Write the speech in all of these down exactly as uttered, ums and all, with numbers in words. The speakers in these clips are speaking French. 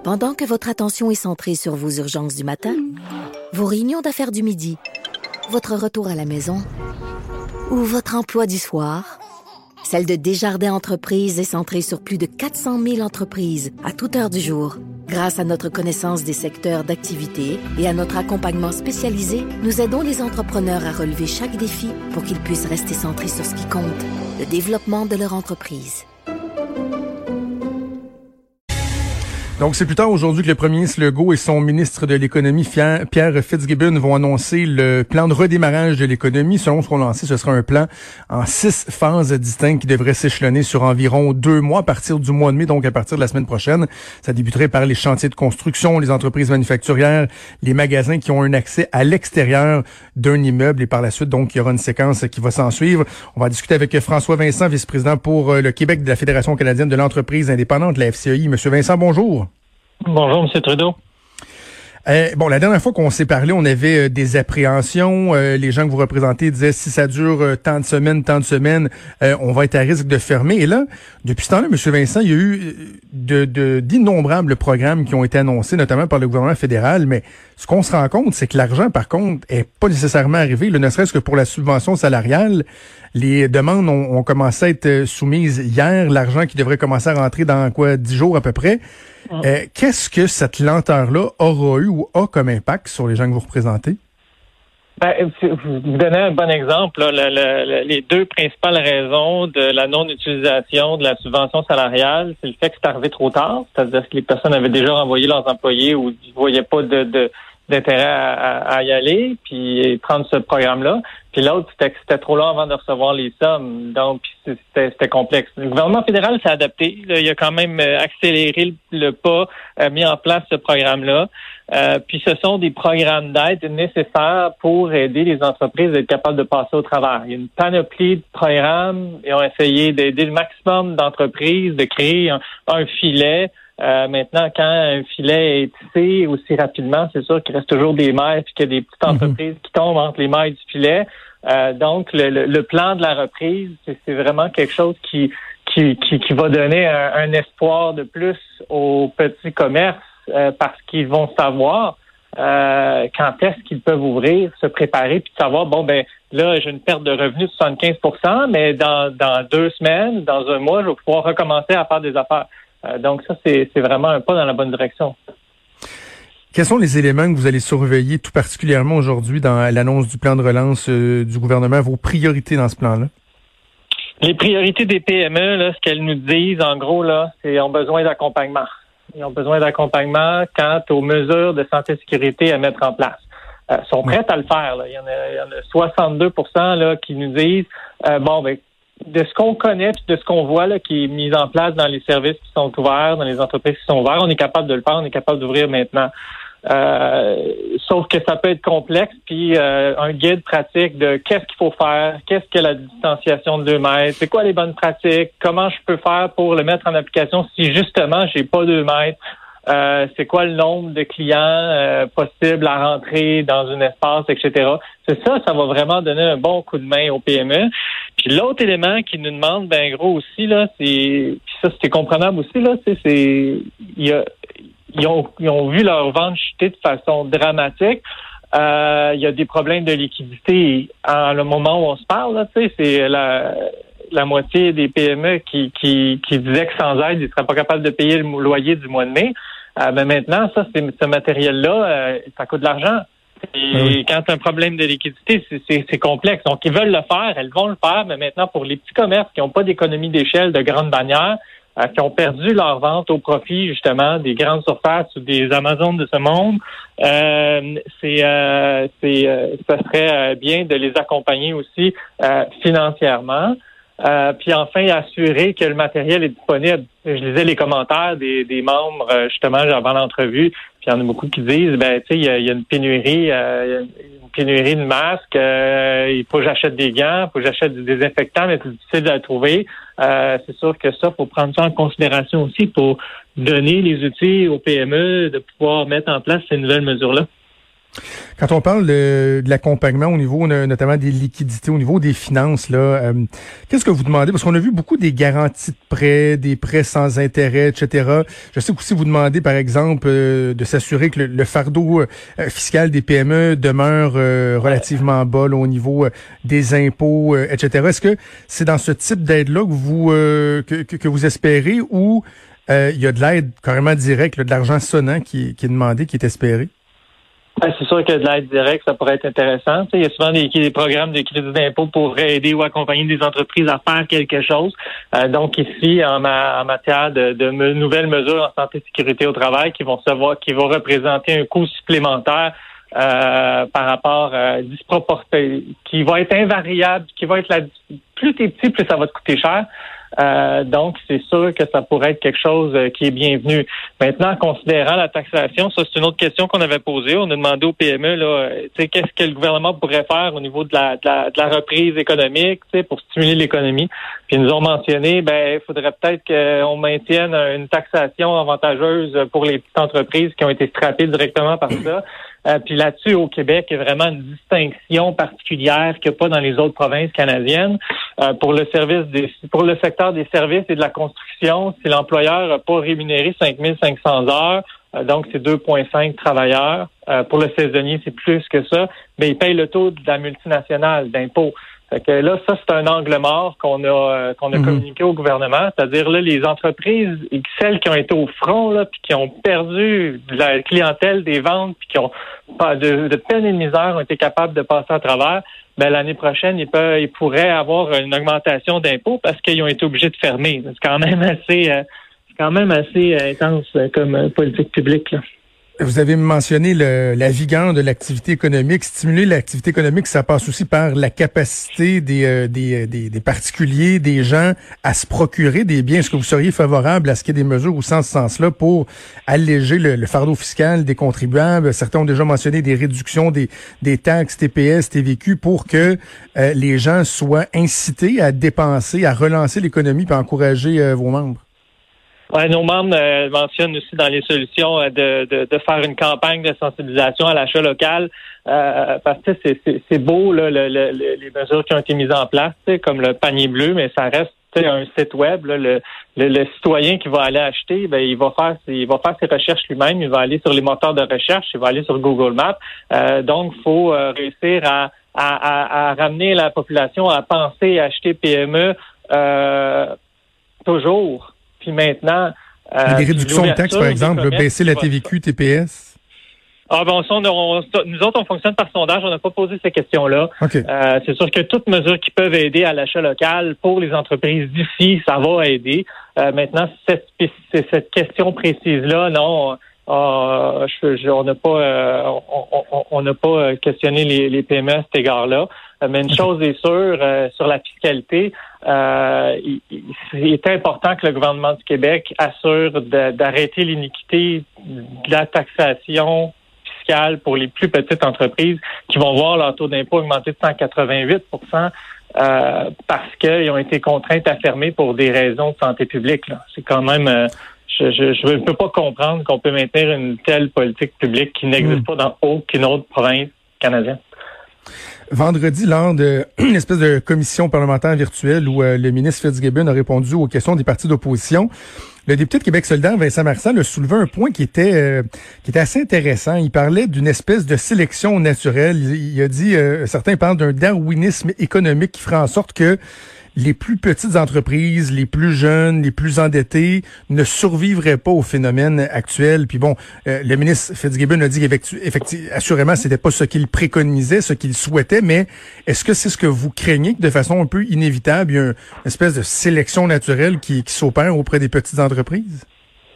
Pendant que votre attention est centrée sur vos urgences du matin, vos réunions d'affaires du midi, votre retour à la maison ou votre emploi du soir, celle de Desjardins Entreprises est centrée sur plus de quatre cent mille entreprises à toute heure du jour. Grâce à notre connaissance des secteurs d'activité et à notre accompagnement spécialisé, nous aidons les entrepreneurs à relever chaque défi pour qu'ils puissent rester centrés sur ce qui compte, le développement de leur entreprise. Donc, c'est plus tard aujourd'hui que le premier ministre Legault et son ministre de l'Économie, Pierre Fitzgibbon, vont annoncer le plan de redémarrage de l'économie. Selon ce qu'on a lancé, ce sera un plan en six phases distinctes qui devrait s'échelonner sur environ deux mois à partir du mois de mai, donc à partir de la semaine prochaine. Ça débuterait par les chantiers de construction, les entreprises manufacturières, les magasins qui ont un accès à l'extérieur d'un immeuble et par la suite, donc, il y aura une séquence qui va s'en suivre. On va discuter avec François Vincent, vice-président pour le Québec de la Fédération canadienne de l'entreprise indépendante, la F C E I. Monsieur Vincent, bonjour. Bonjour, M. Trudeau. Euh, bon, la dernière fois qu'on s'est parlé, on avait euh, des appréhensions. Euh, les gens que vous représentez disaient si ça dure euh, tant de semaines, tant de semaines, euh, on va être à risque de fermer. Et là, depuis ce temps-là, M. Vincent, il y a eu de, de, d'innombrables programmes qui ont été annoncés, notamment par le gouvernement fédéral. Mais ce qu'on se rend compte, c'est que l'argent, par contre, est pas nécessairement arrivé. Là, ne serait-ce que pour la subvention salariale, les demandes ont, ont commencé à être soumises hier. L'argent qui devrait commencer à rentrer dans quoi, dix jours à peu près. Euh, qu'est-ce que cette lenteur-là aura eu ou a comme impact sur les gens que vous représentez? Ben, vous donnez un bon exemple. Là, le, le, les deux principales raisons de la non-utilisation de la subvention salariale, c'est le fait que c'est arrivé trop tard, c'est-à-dire que les personnes avaient déjà renvoyé leurs employés ou ne voyaient pas de, de d'intérêt à, à, à y aller, puis prendre ce programme-là. Puis l'autre, c'était que c'était trop long avant de recevoir les sommes. Donc, c'était, c'était complexe. Le gouvernement fédéral s'est adapté. Là, il a quand même accéléré le, le pas, a mis en place ce programme-là. Euh, puis ce sont des programmes d'aide nécessaires pour aider les entreprises à être capables de passer au travers. Il y a une panoplie de programmes. Ils ont essayé d'aider le maximum d'entreprises, de créer un, un filet. Euh, maintenant, quand un filet est tissé aussi rapidement, c'est sûr qu'il reste toujours des mailles puis qu'il y a des petites entreprises mm-hmm. qui tombent entre les mailles du filet. Euh, donc, le, le, le plan de la reprise, c'est, c'est vraiment quelque chose qui qui, qui, qui va donner un, un espoir de plus aux petits commerces euh, parce qu'ils vont savoir euh, quand est-ce qu'ils peuvent ouvrir, se préparer puis savoir, bon, ben là, j'ai une perte de revenus de soixante-quinze pour cent, mais dans, dans deux semaines, dans un mois, je vais pouvoir recommencer à faire des affaires. Donc ça, c'est, c'est vraiment un pas dans la bonne direction. Quels sont les éléments que vous allez surveiller tout particulièrement aujourd'hui dans l'annonce du plan de relance euh, du gouvernement, vos priorités dans ce plan-là? Les priorités des P M E, là, ce qu'elles nous disent, en gros, là, c'est qu'ils ont besoin d'accompagnement. Ils ont besoin d'accompagnement quant aux mesures de santé et sécurité à mettre en place. Euh, ils sont prêts à le faire. Là. Il y en a, il y en a soixante-deux pour cent là, qui nous disent euh, bon, ben, de ce qu'on connaît puis de ce qu'on voit là, qui est mis en place dans les services qui sont ouverts, dans les entreprises qui sont ouvertes, on est capable de le faire, on est capable d'ouvrir maintenant. Euh, sauf que ça peut être complexe, puis euh, un guide pratique de qu'est-ce qu'il faut faire, qu'est-ce que la distanciation de deux mètres, c'est quoi les bonnes pratiques, comment je peux faire pour le mettre en application si justement j'ai pas deux mètres. Euh, c'est quoi le nombre de clients euh, possibles à rentrer dans un espace, et cetera. C'est ça, ça va vraiment donner un bon coup de main aux P M E. Puis l'autre élément qui nous demande, ben gros aussi, là, c'est puis ça, c'est comprenable aussi, là, c'est, c'est il y a, ils ont, ils ont vu leur vente chuter de façon dramatique. Euh, il y a des problèmes de liquidité en le moment où on se parle, là, tu sais, c'est la la moitié des P M E qui, qui, qui disaient que sans aide, ils ne seraient pas capables de payer le loyer du mois de mai. Euh, ben maintenant, ça, c'est, ce matériel-là, euh, ça coûte de l'argent. Et oui. Quand tu as un problème de liquidité, c'est, c'est, c'est complexe. Donc, ils veulent le faire, elles vont le faire, mais maintenant, pour les petits commerces qui n'ont pas d'économie d'échelle de grande bannière, euh, qui ont perdu leur vente au profit, justement, des grandes surfaces ou des Amazones de ce monde, euh, c'est, euh, c'est, euh, ça serait euh, bien de les accompagner aussi euh, financièrement. Euh, puis enfin, assurer que le matériel est disponible. Je lisais les commentaires des, des membres, euh, justement, avant l'entrevue, puis il y en a beaucoup qui disent, ben, tu sais, il y, y a une pénurie, euh, une pénurie de masques, euh, il faut que j'achète des gants, il faut que j'achète du désinfectant, mais c'est difficile à trouver. Euh, c'est sûr que ça, faut prendre ça en considération aussi pour donner les outils aux P M E de pouvoir mettre en place ces nouvelles mesures-là. Quand on parle de, de l'accompagnement au niveau notamment des liquidités, au niveau des finances, là, euh, qu'est-ce que vous demandez? Parce qu'on a vu beaucoup des garanties de prêts, des prêts sans intérêt, et cetera. Je sais qu'aussi vous demandez, par exemple, euh, de s'assurer que le, le fardeau euh, fiscal des P M E demeure euh, relativement bas là, au niveau euh, des impôts, euh, et cetera. Est-ce que c'est dans ce type d'aide-là que vous euh, que, que, que vous espérez ou euh, il y a de l'aide carrément directe, là, de l'argent sonnant qui, qui est demandé, qui est espéré? Ben, c'est sûr que de l'aide directe, ça pourrait être intéressant. Tu sais, il y a souvent des, des programmes de crédit d'impôt pour aider ou accompagner des entreprises à faire quelque chose. Euh, donc ici, en, ma, en matière de, de me, nouvelles mesures en santé et sécurité au travail qui vont savoir, qui vont représenter un coût supplémentaire euh, par rapport euh, disproportionné, qui va être invariable, qui va être la, plus t'es petit, plus ça va te coûter cher. Euh, donc, c'est sûr que ça pourrait être quelque chose euh, qui est bienvenu. Maintenant, considérant la taxation, ça, c'est une autre question qu'on avait posée. On a demandé au P M E, là, euh, tu sais, qu'est-ce que le gouvernement pourrait faire au niveau de la, de la, de la reprise économique, tu sais, pour stimuler l'économie. Puis, ils nous ont mentionné, ben, il faudrait peut-être qu'on maintienne une taxation avantageuse pour les petites entreprises qui ont été frappées directement par ça. Euh, puis là-dessus, au Québec, il y a vraiment une distinction particulière qu'il n'y a pas dans les autres provinces canadiennes. Euh, pour le service des, pour le secteur des services et de la construction, si l'employeur n'a pas rémunéré cinq mille cinq cents heures, euh, donc c'est deux virgule cinq travailleurs. Euh, pour le saisonnier, c'est plus que ça, mais il paye le taux de la multinationale d'impôt. Fait que là, ça, c'est un angle mort qu'on a euh, qu'on a mmh. communiqué au gouvernement. C'est-à-dire là, les entreprises, celles qui ont été au front, là, puis qui ont perdu de la clientèle des ventes, puis qui ont pas de, de peine et de misère ont été capables de passer à travers, ben l'année prochaine, ils peuvent ils pourraient avoir une augmentation d'impôts parce qu'ils ont été obligés de fermer. C'est quand même assez euh, c'est quand même assez euh, intense euh, comme euh, politique publique, là. Vous avez mentionné le, la vigueur de l'activité économique. Stimuler l'activité économique, ça passe aussi par la capacité des, euh, des, des, des particuliers, des gens à se procurer des biens. Est-ce que vous seriez favorable à ce qu'il y ait des mesures aussi en ce sens-là pour alléger le, le fardeau fiscal des contribuables? Certains ont déjà mentionné des réductions des, des taxes T P S, T V Q pour que euh, les gens soient incités à dépenser, à relancer l'économie et à encourager euh, vos membres. Ouais, nos membres euh, mentionnent aussi dans les solutions euh, de, de, de faire une campagne de sensibilisation à l'achat local euh, parce que c'est, c'est, c'est beau là, le, le, les mesures qui ont été mises en place, comme le panier bleu, mais ça reste un site web. Là, le, le, le citoyen qui va aller acheter, ben il va faire il va faire ses recherches lui-même, il va aller sur les moteurs de recherche, il va aller sur Google Maps. Euh, donc, il faut euh, réussir à, à, à, à ramener la population à penser à acheter P M E euh, toujours. Puis maintenant... Euh, des réductions de taxes, par exemple, baisser la T V Q, T P S? Ah ben, on, on, nous autres, on fonctionne par sondage. On n'a pas posé ces questions-là. Okay. Euh, c'est sûr que toutes mesures qui peuvent aider à l'achat local pour les entreprises d'ici, ça va aider. Euh, maintenant, cette, cette question précise-là, non... Euh, je, je, on n'a pas euh, on n'a pas questionné les, les P M E à cet égard-là. Mais une chose est sûre, euh, sur la fiscalité, euh, il, il est important que le gouvernement du Québec assure de, d'arrêter l'iniquité de la taxation fiscale pour les plus petites entreprises qui vont voir leur taux d'impôt augmenter de cent quatre-vingt-huit pour cent euh, parce qu'ils ont été contraints à fermer pour des raisons de santé publique. Là. C'est quand même... Euh, Je je ne peux pas comprendre qu'on peut maintenir une telle politique publique qui n'existe mmh. pas dans aucune autre province canadienne. Vendredi, lors d'une espèce de commission parlementaire virtuelle où euh, le ministre Fitzgibbon a répondu aux questions des partis d'opposition, le député de Québec solidaire, Vincent Marissal, a soulevé un point qui était euh, qui était assez intéressant. Il parlait d'une espèce de sélection naturelle. Il, il a dit, euh, certains parlent d'un darwinisme économique qui ferait en sorte que les plus petites entreprises, les plus jeunes, les plus endettés ne survivraient pas au phénomène actuel. Puis bon, euh, le ministre Fitzgibbon a dit qu'effectivement, assurément, c'était pas ce qu'il préconisait, ce qu'il souhaitait, mais est-ce que c'est ce que vous craignez que de façon un peu inévitable, il y a une espèce de sélection naturelle qui, qui s'opère auprès des petites entreprises?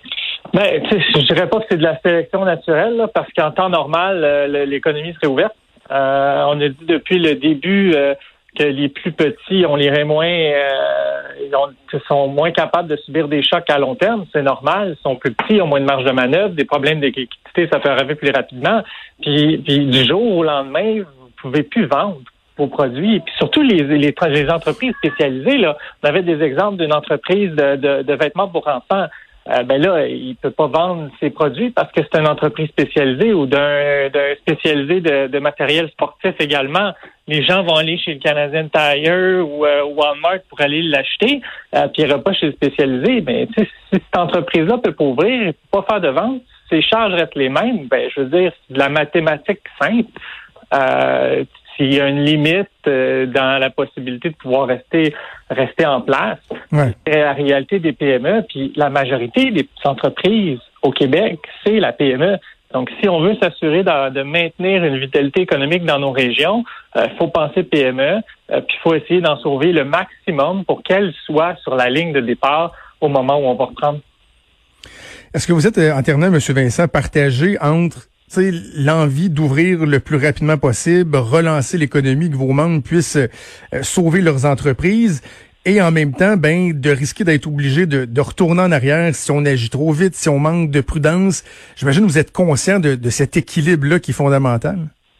Ben, tu sais, je dirais pas que c'est de la sélection naturelle, là, parce qu'en temps normal, euh, l'économie serait ouverte. Euh, on a dit depuis le début euh, que les plus petits, on les moins, euh, ils ont, sont moins capables de subir des chocs à long terme. C'est normal. Ils sont plus petits, ils ont moins de marge de manœuvre. Des problèmes de liquidité, ça peut arriver plus rapidement. Puis, puis du jour au lendemain, vous pouvez plus vendre vos produits. Et puis surtout les, les, les entreprises spécialisées. Là, on avait des exemples d'une entreprise de, de, de vêtements pour enfants. euh, ben là, il peut pas vendre ses produits parce que c'est une entreprise spécialisée ou d'un, d'un spécialisé de, de matériel sportif également. Les gens vont aller chez le Canadian Tire ou euh, Walmart pour aller l'acheter, euh, puis il n'y aura pas chez le spécialisé. Mais tu sais, si cette entreprise-là peut pas ouvrir et pas faire de vente, ses charges restent les mêmes, ben je veux dire, c'est de la mathématique simple. Euh, s'il y a une limite euh, dans la possibilité de pouvoir rester rester en place, ouais. C'est la réalité des P M E, puis la majorité des entreprises au Québec, c'est la P M E. Donc, si on veut s'assurer de, de maintenir une vitalité économique dans nos régions, il euh, faut penser P M E, euh, puis il faut essayer d'en sauver le maximum pour qu'elle soit sur la ligne de départ au moment où on va reprendre. Est-ce que vous êtes, en terminant, M. Vincent, partagé entre l'envie d'ouvrir le plus rapidement possible, relancer l'économie, que vos membres puissent euh, sauver leurs entreprises, et en même temps, ben, de risquer d'être obligé de, de retourner en arrière si on agit trop vite, si on manque de prudence? J'imagine que vous êtes conscient de, de cet équilibre-là qui est fondamental.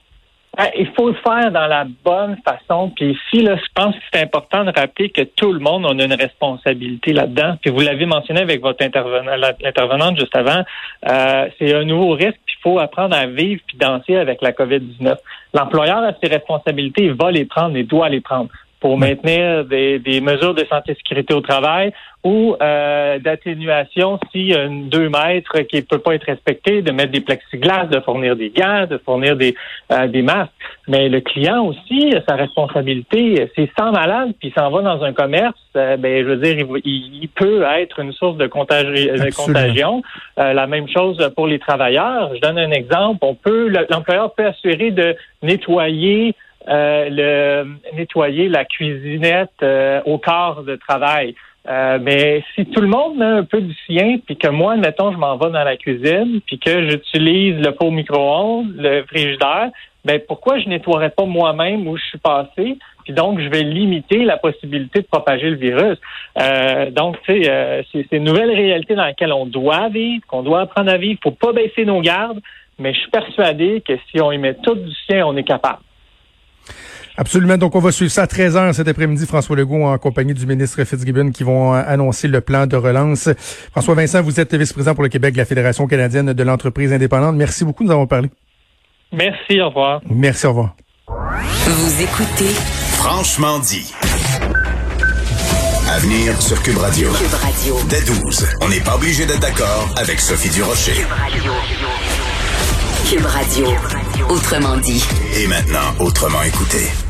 Il faut le faire dans la bonne façon. Puis ici, là, je pense que c'est important de rappeler que tout le monde, on a une responsabilité là-dedans. Puis vous l'avez mentionné avec votre intervenant, l'intervenante juste avant, euh, c'est un nouveau risque. Puis il faut apprendre à vivre puis danser avec la covid dix-neuf. L'employeur a ses responsabilités, il va les prendre, il doit les prendre pour maintenir des, des mesures de santé et sécurité au travail ou euh, d'atténuation s'il y a une deux mètres qui ne peut pas être respecté, de mettre des plexiglas, de fournir des gants, de fournir des euh, des masques. Mais le client aussi a sa responsabilité. S'il sent malade puis il s'en va dans un commerce, euh, ben je veux dire, il, il peut être une source de, contagi- de contagion. Euh, la même chose pour les travailleurs. Je donne un exemple. On peut l'employeur peut assurer de nettoyer Euh, le nettoyer la cuisinette euh, au quart de travail. Euh, mais si tout le monde met un peu du sien, puis que moi, mettons, je m'en vais dans la cuisine, puis que j'utilise le pot micro-ondes, le frigidaire, ben pourquoi je nettoierais pas moi-même où je suis passé? Puis donc, je vais limiter la possibilité de propager le virus. Euh, donc, tu sais, euh, c'est, c'est une nouvelle réalité dans laquelle on doit vivre, qu'on doit apprendre à vivre. Il faut pas baisser nos gardes, mais je suis persuadé que si on y met tout du sien, on est capable. Absolument. Donc, on va suivre ça à treize heures cet après-midi. François Legault en compagnie du ministre Fitzgibbon qui vont annoncer le plan de relance. François Vincent, vous êtes vice-président pour le Québec de la Fédération canadienne de l'entreprise indépendante. Merci beaucoup de nous avoir parlé. Merci, au revoir. Merci, au revoir. Vous écoutez Franchement dit. À venir sur Cube Radio. Cube Radio. Dès douze. On n'est pas obligé d'être d'accord avec Sophie Durocher. Cube Radio. Cube Radio. Autrement dit. Et maintenant, autrement écouté.